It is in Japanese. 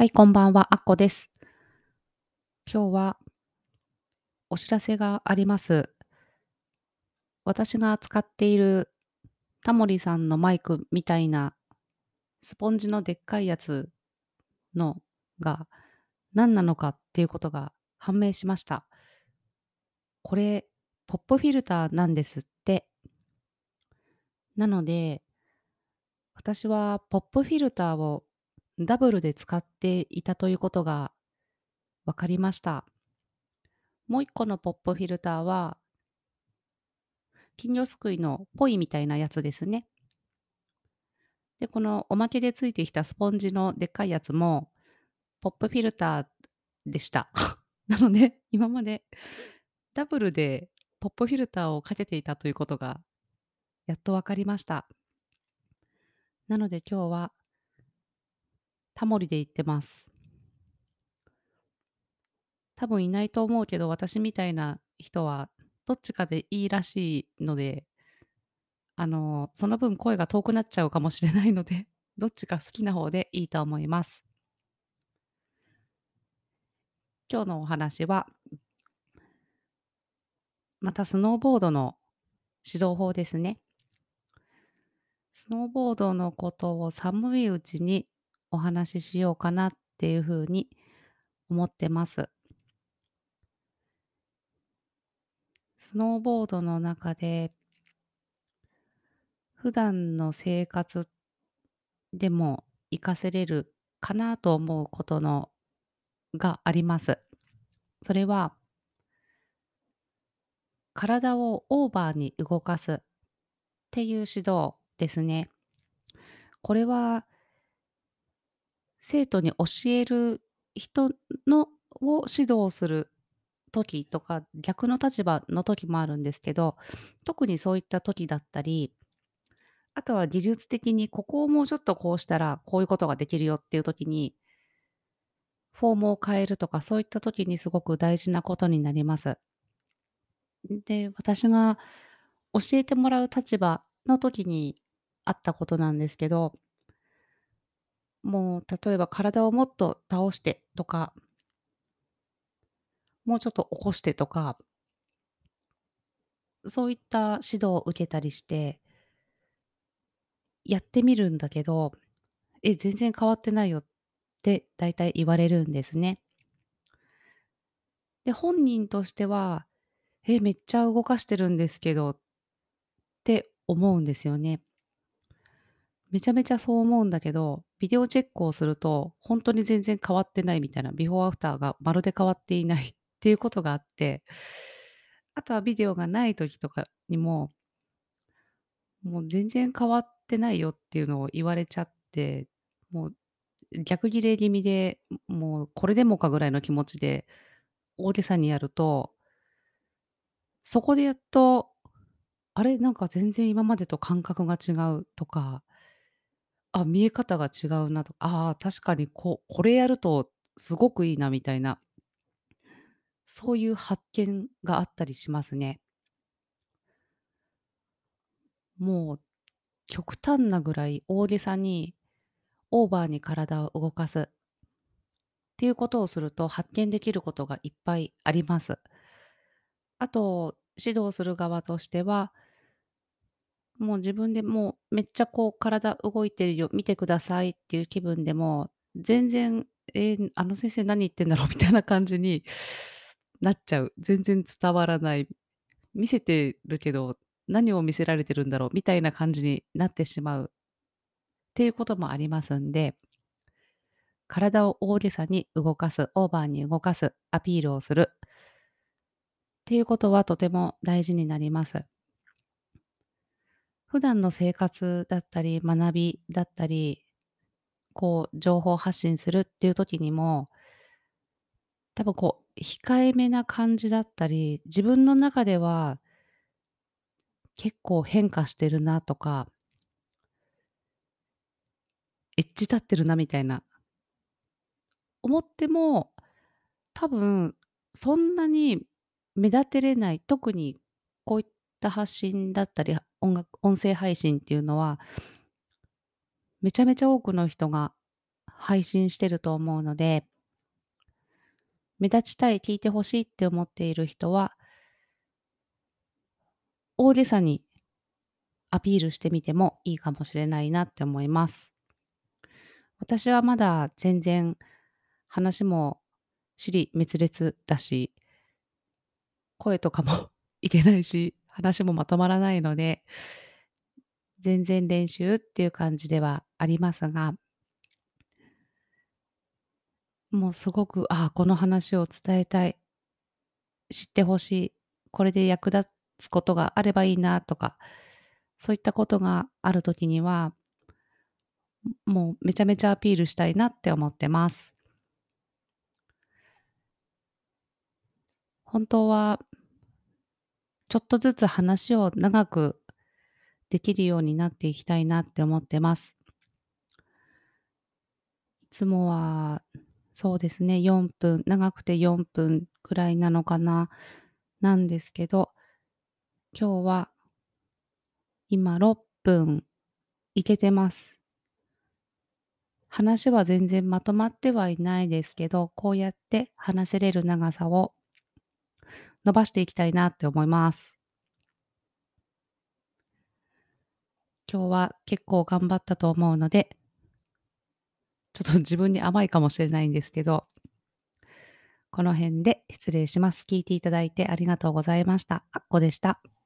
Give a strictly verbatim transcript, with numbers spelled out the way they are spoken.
はい、こんばんは、あっこです。今日はお知らせがあります。私が使っているタモリさんのマイクみたいなスポンジのでっかいやつのが何なのかっていうことが判明しました。これ、ポップフィルターなんですって。なので、私はポップフィルターをダブルで使っていたということが分かりました。もう一個のポップフィルターは金魚すくいのポイみたいなやつですね。で、このおまけでついてきたスポンジのでっかいやつも、ポップフィルターでした。なので、今までダブルでポップフィルターをかけていたということがやっと分かりました。なので今日はタモリで言ってます。多分いないと思うけど、私みたいな人はどっちかでいいらしいので、あの、その分声が遠くなっちゃうかもしれないので、どっちか好きな方でいいと思います。今日のお話は、またスノーボードの指導法ですね。スノーボードのことを寒いうちにお話ししようかなっていう風に思ってます。スノーボードの中で、普段の生活でも活かせれるかなと思うことのがあります。それは、体をオーバーに動かすっていう指導ですね。これは生徒に教える人のを指導する時とか、逆の立場の時もあるんですけど、特にそういった時だったり、あとは技術的にここをもうちょっとこうしたら、こういうことができるよっていう時に、フォームを変えるとか、そういった時にすごく大事なことになります。で、私が教えてもらう立場の時にあったことなんですけど、もう例えば体をもっと倒してとか、もうちょっと起こしてとか、そういった指導を受けたりして、やってみるんだけど、え、全然変わってないよって大体言われるんですね。で、本人としては、え、めっちゃ動かしてるんですけどって思うんですよね。めちゃめちゃそう思うんだけど、ビデオチェックをすると、ほんとに全然変わってないみたいな、ビフォーアフターがまるで変わっていないっていうことがあって、あとはビデオがない時とかにも、もう全然変わってないよっていうのを言われちゃって、もう逆ギレ気味で、もうこれでもかぐらいの気持ちで大げさにやると、そこでやっと、あれ、なんか全然今までと感覚が違うとか、あ、見え方が違うなとか、ああ、確かにここれやるとすごくいいなみたいな、そういう発見があったりしますね。もう極端なぐらい大げさにオーバーに体を動かすっていうことをすると発見できることがいっぱいあります。あと、指導する側としては、もう自分でもうめっちゃこう体動いてるよ、見てくださいっていう気分でも、全然、えー、あの先生何言ってんだろうみたいな感じになっちゃう。全然伝わらない。見せてるけど、何を見せられてるんだろうみたいな感じになってしまうっていうこともありますんで、体を大げさに動かす、オーバーに動かす、アピールをするっていうことはとても大事になります。普段の生活だったり、学びだったり、こう情報発信するっていう時にも、多分こう控えめな感じだったり、自分の中では結構変化してるなとか、エッジ立ってるなみたいな思っても、多分そんなに目立てれない、特にこういった発信だったり、音楽音声配信っていうのは、めちゃめちゃ多くの人が配信してると思うので、目立ちたい、聞いて欲しいって思っている人は、大げさにアピールしてみてもいいかもしれないなって思います。私はまだ全然話も支離滅裂だし、声とかもいけないし、話もまとまらないので、全然練習っていう感じではありますが、もうすごく、ああ、この話を伝えたい、知ってほしい、これで役立つことがあればいいなとか、そういったことがある時には、もうめちゃめちゃアピールしたいなって思ってます。本当はちょっとずつ話を長くできるようになっていきたいなって思ってます。いつもは、そうですね、よんぷん、長くてよんぷんくらいなのかな、なんですけど、今日は今ろっぷんいけてます。話は全然まとまってはいないですけど、こうやって話せれる長さを伸ばしていきたいなって思います。今日は結構頑張ったと思うので、ちょっと自分に甘いかもしれないんですけど、この辺で失礼します。聞いていただいてありがとうございました。あっこでした。